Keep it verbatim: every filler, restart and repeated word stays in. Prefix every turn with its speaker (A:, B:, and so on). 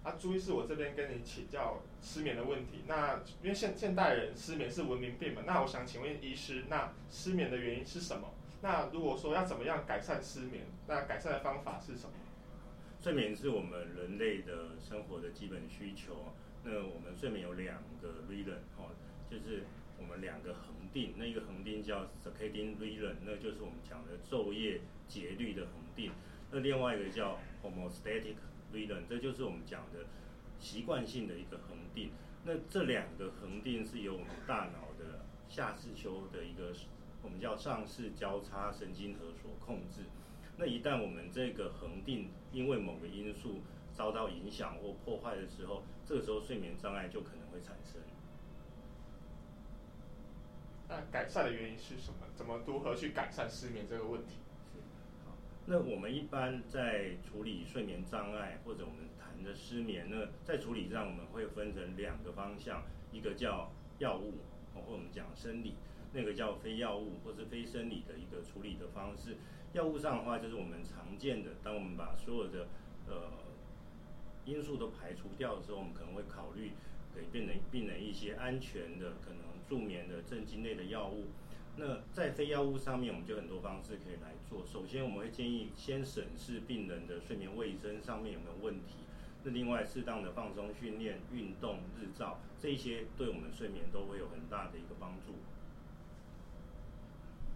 A: 啊，朱医师，我这边跟你请教失眠的问题。那因为现现代人失眠是文明病嘛，那我想请问医师，那失眠的原因是什么？那如果说要怎么样改善失眠，那改善的方法是什么？
B: 睡眠是我们人类的生活的基本需求。那我们睡眠有两个 rhythm， 哦，就是我们两个恒定，那一个恒定叫 circadian rhythm， 那就是我们讲的昼夜节律的恒定。那另外一个叫 homeostatic rhythm， 这就是我们讲的习惯性的一个恒定。那这两个恒定是由我们大脑的下视丘的一个我们叫上视交叉神经核所控制。那一旦我们这个恒定因为某个因素遭到影响或破坏的时候，这个时候睡眠障碍就可能会产生。
A: 那改善的原因是什么？怎么如何去改善失眠这个问题？
B: 好，那我们一般在处理睡眠障碍或者我们谈的失眠呢，在处理上我们会分成两个方向，一个叫药物，或者我们讲生理，那个叫非药物或是非生理的一个处理的方式。药物上的话，就是我们常见的，当我们把所有的呃因素都排除掉的时候，我们可能会考虑给病人病人一些安全的、可能助眠的镇静类的药物。那在非药物上面，我们就很多方式可以来做。首先，我们会建议先审视病人的睡眠卫生上面有没有问题。那另外，适当的放松训练、运动、日照，这一些对我们睡眠都会有很大的一个帮助。